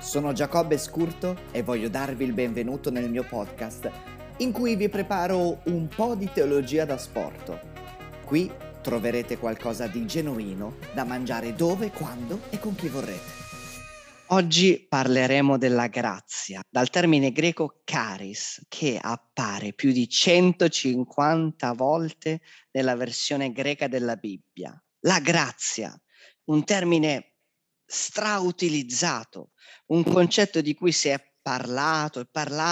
sono Giacobbe Scurto e voglio darvi il benvenuto nel mio podcast, in cui vi preparo un po' di teologia da sport. Qui troverete qualcosa di genuino da mangiare dove, quando e con chi vorrete. Oggi parleremo della grazia, dal termine greco charis, che appare più di 150 volte nella versione greca della Bibbia. La grazia, un termine strautilizzato, un concetto di cui si è parlato,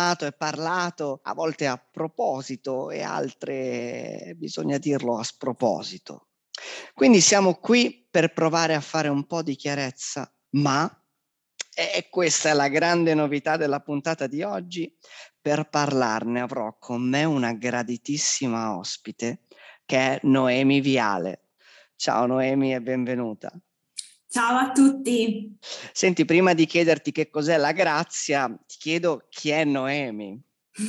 a volte a proposito e altre bisogna dirlo a sproposito. Quindi siamo qui per provare a fare un po' di chiarezza, ma e questa è la grande novità della puntata di oggi. Per parlarne avrò con me una graditissima ospite che è Noemi Viale. Ciao Noemi e benvenuta. Ciao a tutti. Senti, prima di chiederti che cos'è la grazia, ti chiedo chi è Noemi.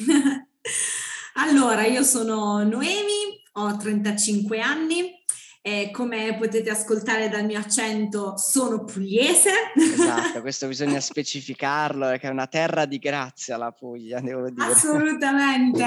Allora, io sono Noemi, ho 35 anni. Come potete ascoltare dal mio accento, sono pugliese. Esatto, questo bisogna specificarlo, perché è una terra di grazia la Puglia, devo dire. Assolutamente.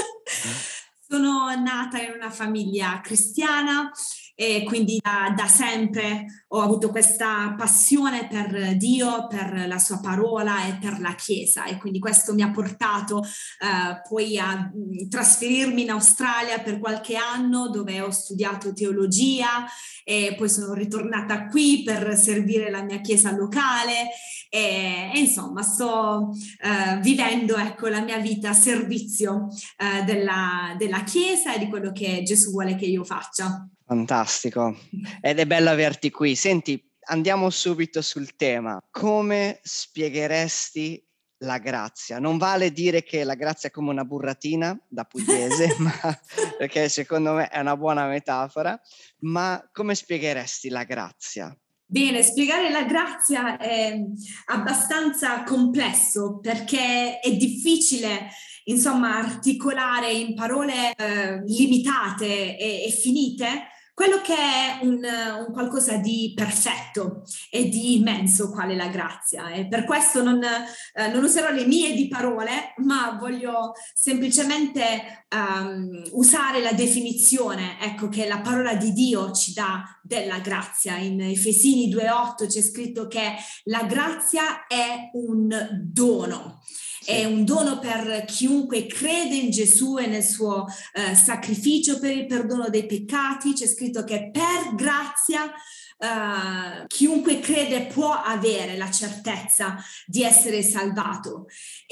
Sono nata in una famiglia cristiana e quindi da sempre ho avuto questa passione per Dio, per la sua parola e per la Chiesa, e quindi questo mi ha portato poi a trasferirmi in Australia per qualche anno, dove ho studiato teologia, e poi sono ritornata qui per servire la mia Chiesa locale e insomma sto vivendo, ecco, la mia vita a servizio della Chiesa e di quello che Gesù vuole che io faccia. Fantastico, ed è bello averti qui. Senti, andiamo subito sul tema. Come spiegheresti la grazia? Non vale dire che la grazia è come una burratina da pugliese, perché secondo me è una buona metafora, ma come spiegheresti la grazia? Bene, spiegare la grazia è abbastanza complesso, perché è difficile, insomma, articolare in parole limitate e finite quello che è un qualcosa di perfetto e di immenso, quale la grazia. E per questo non userò le mie di parole, ma voglio semplicemente usare la definizione, ecco, che la parola di Dio ci dà della grazia. In Efesini 2,8 c'è scritto che la grazia è un dono. Sì. È un dono per chiunque crede in Gesù e nel suo sacrificio per il perdono dei peccati. C'è scritto che per grazia chiunque crede può avere la certezza di essere salvato,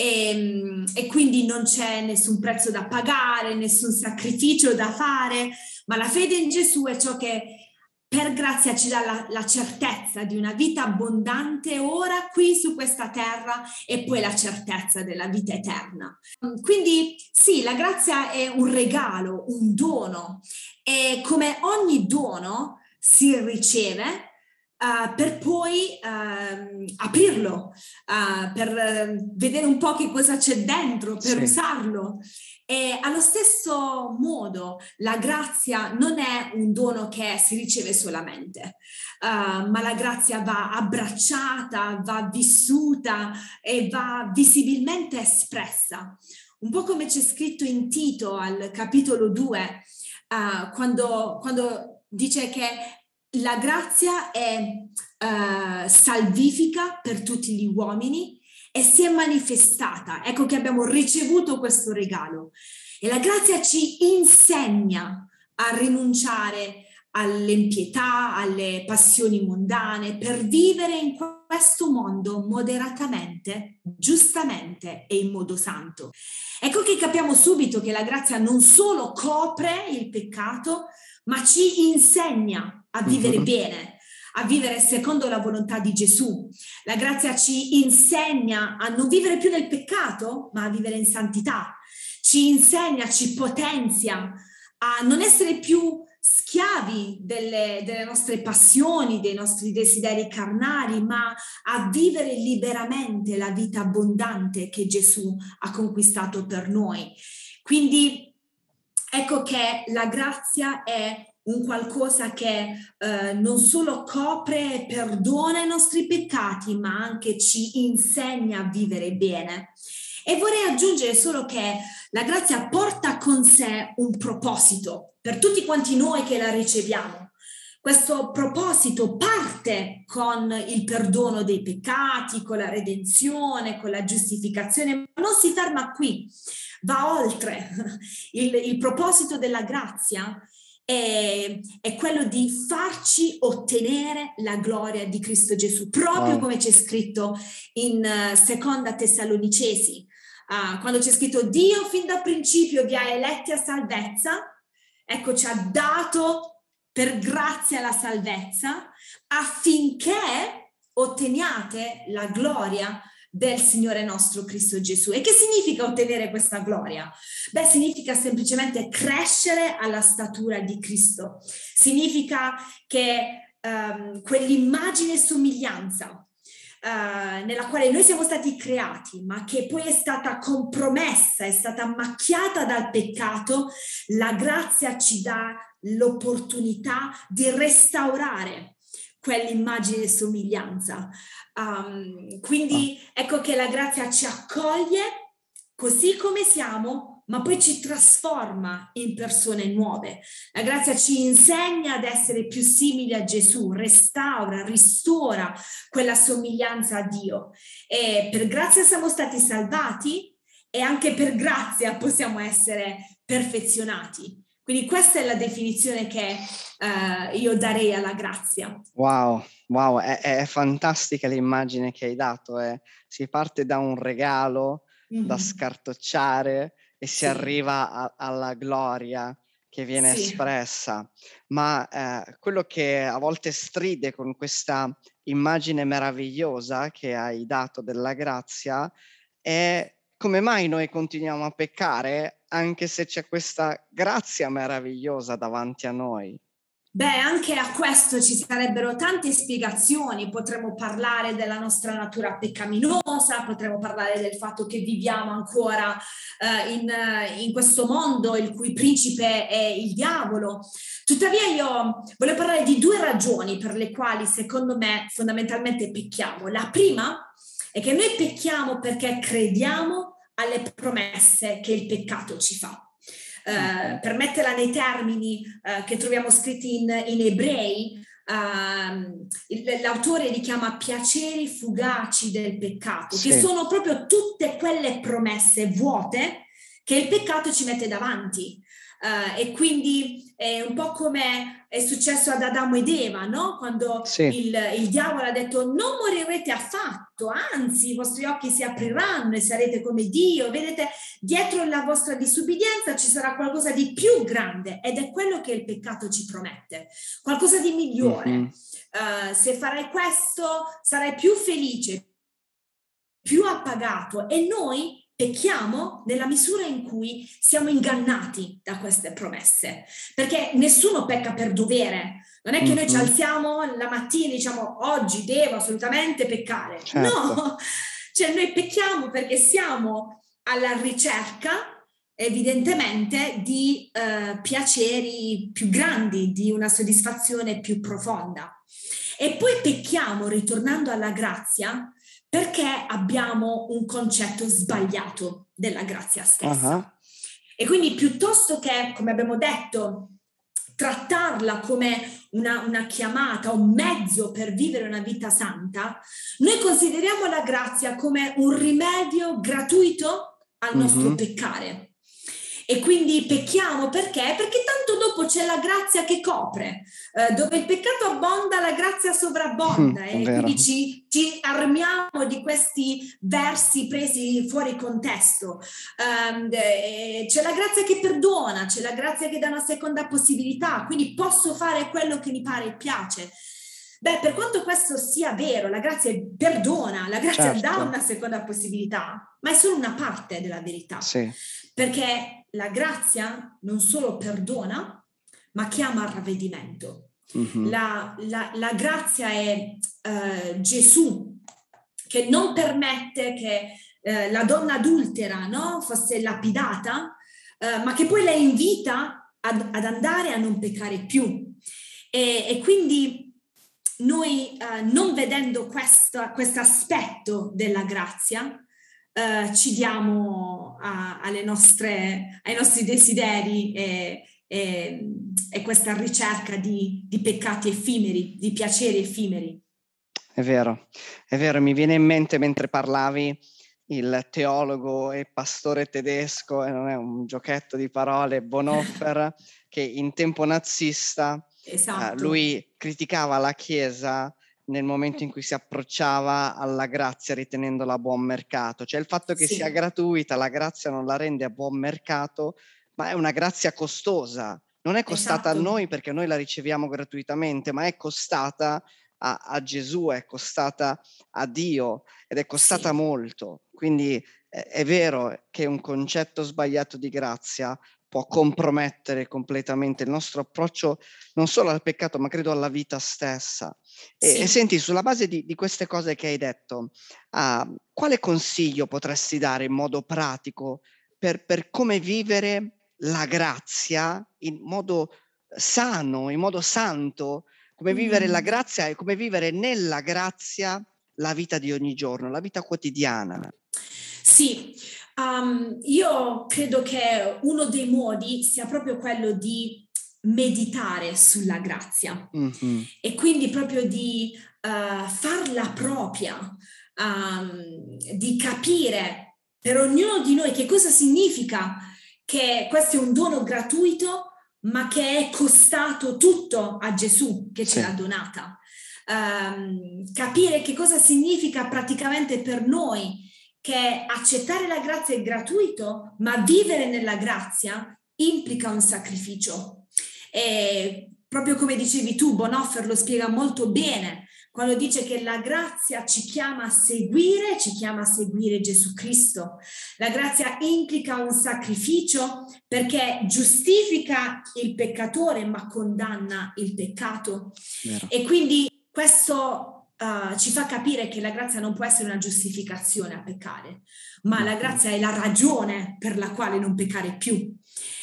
e quindi non c'è nessun prezzo da pagare, nessun sacrificio da fare, ma la fede in Gesù è ciò che per grazia ci dà la certezza di una vita abbondante ora qui su questa terra, e poi la certezza della vita eterna. Quindi sì, la grazia è un regalo, un dono, e come ogni dono si riceve per poi aprirlo, per vedere un po' che cosa c'è dentro, per usarlo. E allo stesso modo la grazia non è un dono che si riceve solamente, ma la grazia va abbracciata, va vissuta e va visibilmente espressa. Un po' come c'è scritto in Tito al capitolo 2, quando dice che la grazia è salvifica per tutti gli uomini e si è manifestata. Ecco che abbiamo ricevuto questo regalo, e la grazia ci insegna a rinunciare all'impietà, alle passioni mondane, per vivere in questo mondo moderatamente, giustamente e in modo santo. Ecco che capiamo subito che la grazia non solo copre il peccato, ma ci insegna a vivere bene, a vivere secondo la volontà di Gesù. La grazia ci insegna a non vivere più nel peccato, ma a vivere in santità. Ci insegna, ci potenzia a non essere più schiavi delle nostre passioni, dei nostri desideri carnali, ma a vivere liberamente la vita abbondante che Gesù ha conquistato per noi. Quindi ecco che la grazia è un qualcosa che non solo copre e perdona i nostri peccati, ma anche ci insegna a vivere bene. E vorrei aggiungere solo che la grazia porta con sé un proposito per tutti quanti noi che la riceviamo. Questo proposito parte con il perdono dei peccati, con la redenzione, con la giustificazione, ma non si ferma qui, va oltre. Il proposito della grazia è quello di farci ottenere la gloria di Cristo Gesù, proprio come c'è scritto in Seconda Tessalonicesi, quando c'è scritto Dio fin dal principio vi ha eletti a salvezza, ecco, ci ha dato per grazia la salvezza affinché otteniate la gloria del Signore nostro Cristo Gesù. E che significa ottenere questa gloria? Beh, significa semplicemente crescere alla statura di Cristo. Significa che quell'immagine e somiglianza nella quale noi siamo stati creati, ma che poi è stata compromessa, è stata macchiata dal peccato, la grazia ci dà l'opportunità di restaurare quell'immagine e somiglianza. Quindi ecco che la grazia ci accoglie così come siamo, ma poi ci trasforma in persone nuove. La grazia ci insegna ad essere più simili a Gesù, restaura, ristora quella somiglianza a Dio. E per grazia siamo stati salvati e anche per grazia possiamo essere perfezionati. Quindi questa è la definizione che io darei alla grazia. Wow, è fantastica l'immagine che hai dato. Si parte da un regalo da scartocciare e si arriva alla gloria che viene espressa. Ma quello che a volte stride con questa immagine meravigliosa che hai dato della grazia è come mai noi continuiamo a peccare anche se c'è questa grazia meravigliosa davanti a noi. Beh, anche a questo ci sarebbero tante spiegazioni. Potremmo parlare della nostra natura peccaminosa, potremmo parlare del fatto che viviamo ancora in questo mondo il cui principe è il diavolo. Tuttavia io voglio parlare di due ragioni per le quali secondo me fondamentalmente pecchiamo. La prima è che noi pecchiamo perché crediamo alle promesse che il peccato ci fa. Per metterla nei termini che troviamo scritti in Ebrei, l'autore li chiama piaceri fugaci del peccato, che sono proprio tutte quelle promesse vuote che il peccato ci mette davanti. E quindi è un po' come è successo ad Adamo ed Eva, no? Quando il diavolo ha detto non morirete affatto, anzi i vostri occhi si apriranno e sarete come Dio. Vedete, dietro la vostra disubbidienza ci sarà qualcosa di più grande ed è quello che il peccato ci promette, qualcosa di migliore. Se farai questo sarai più felice, più appagato, e noi pecchiamo nella misura in cui siamo ingannati da queste promesse, perché nessuno pecca per dovere. Non è che noi ci alziamo la mattina e diciamo oggi devo assolutamente peccare. No, cioè noi pecchiamo perché siamo alla ricerca evidentemente di piaceri più grandi, di una soddisfazione più profonda. E poi pecchiamo ritornando alla grazia perché abbiamo un concetto sbagliato della grazia stessa. E quindi piuttosto che, come abbiamo detto, trattarla come una chiamata, un mezzo per vivere una vita santa, noi consideriamo la grazia come un rimedio gratuito al nostro peccare. E quindi pecchiamo perché? Perché tanto dopo c'è la grazia che copre, dove il peccato abbonda, la grazia sovrabbonda, e quindi ci armiamo di questi versi presi fuori contesto. C'è la grazia che perdona, c'è la grazia che dà una seconda possibilità, quindi posso fare quello che mi pare e piace. Beh, per quanto questo sia vero, la grazia perdona, la grazia dà una seconda possibilità, ma è solo una parte della verità. Perché la grazia non solo perdona, ma chiama al ravvedimento. La grazia è Gesù che non permette che la donna adultera, no, fosse lapidata, ma che poi la invita ad andare a non peccare più. E quindi noi, non vedendo questo aspetto della grazia, ci diamo ai nostri desideri e questa ricerca di peccati effimeri, di piaceri effimeri. È vero, mi viene in mente mentre parlavi il teologo e pastore tedesco, e non è un giochetto di parole, Bonhoeffer, che in tempo nazista Esatto. Lui criticava la Chiesa nel momento in cui si approcciava alla grazia ritenendola a buon mercato. Cioè il fatto che sia gratuita, la grazia non la rende a buon mercato, ma è una grazia costosa. Non è costata a noi perché noi la riceviamo gratuitamente, ma è costata a Gesù, è costata a Dio ed è costata molto. Quindi è vero che un concetto sbagliato di grazia può compromettere completamente il nostro approccio non solo al peccato, ma credo alla vita stessa. E senti, sulla base di queste cose che hai detto, quale consiglio potresti dare in modo pratico per come vivere la grazia in modo sano, in modo santo, come vivere la grazia e come vivere nella grazia la vita di ogni giorno, la vita quotidiana? Sì, io credo che uno dei modi sia proprio quello di meditare sulla grazia e quindi proprio di farla propria, di capire per ognuno di noi che cosa significa che questo è un dono gratuito, ma che è costato tutto a Gesù che ce l'ha donata. Capire che cosa significa praticamente per noi che accettare la grazia è gratuito, ma vivere nella grazia implica un sacrificio. E proprio come dicevi tu, Bonhoeffer lo spiega molto bene quando dice che la grazia ci chiama a seguire Gesù Cristo. La grazia implica un sacrificio perché giustifica il peccatore ma condanna il peccato. E quindi questo ci fa capire che la grazia non può essere una giustificazione a peccare, ma la grazia è la ragione per la quale non peccare più.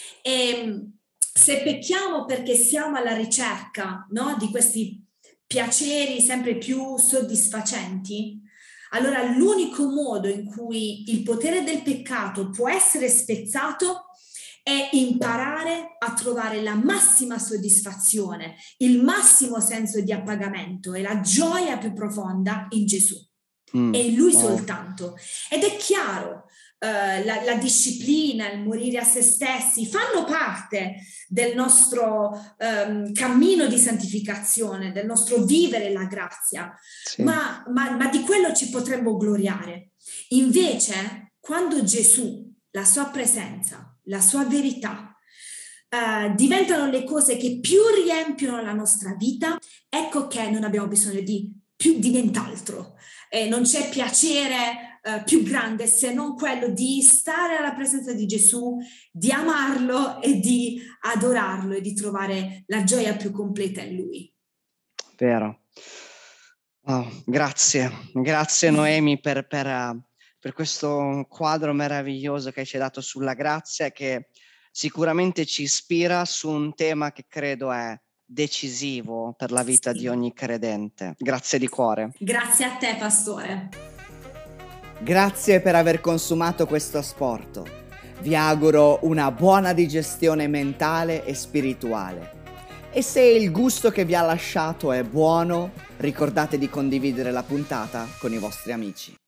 E se pecchiamo perché siamo alla ricerca, no, di questi piaceri sempre più soddisfacenti, allora l'unico modo in cui il potere del peccato può essere spezzato è imparare a trovare la massima soddisfazione, il massimo senso di appagamento e la gioia più profonda in Gesù. E in Lui soltanto. Ed è chiaro, la disciplina, il morire a se stessi fanno parte del nostro cammino di santificazione, del nostro vivere la grazia, ma di quello ci potremmo gloriare. Invece, quando Gesù, la sua presenza, la sua verità, diventano le cose che più riempiono la nostra vita, ecco che non abbiamo bisogno di nient'altro. Non c'è piacere più grande se non quello di stare alla presenza di Gesù, di amarlo e di adorarlo e di trovare la gioia più completa in Lui. Vero. Oh, grazie Noemi per questo quadro meraviglioso che ci hai dato sulla grazia, che sicuramente ci ispira su un tema che credo è decisivo per la vita di ogni credente. Grazie di cuore. Grazie a te, pastore. Grazie per aver consumato questo asporto. Vi auguro una buona digestione mentale e spirituale. E se il gusto che vi ha lasciato è buono, ricordate di condividere la puntata con i vostri amici.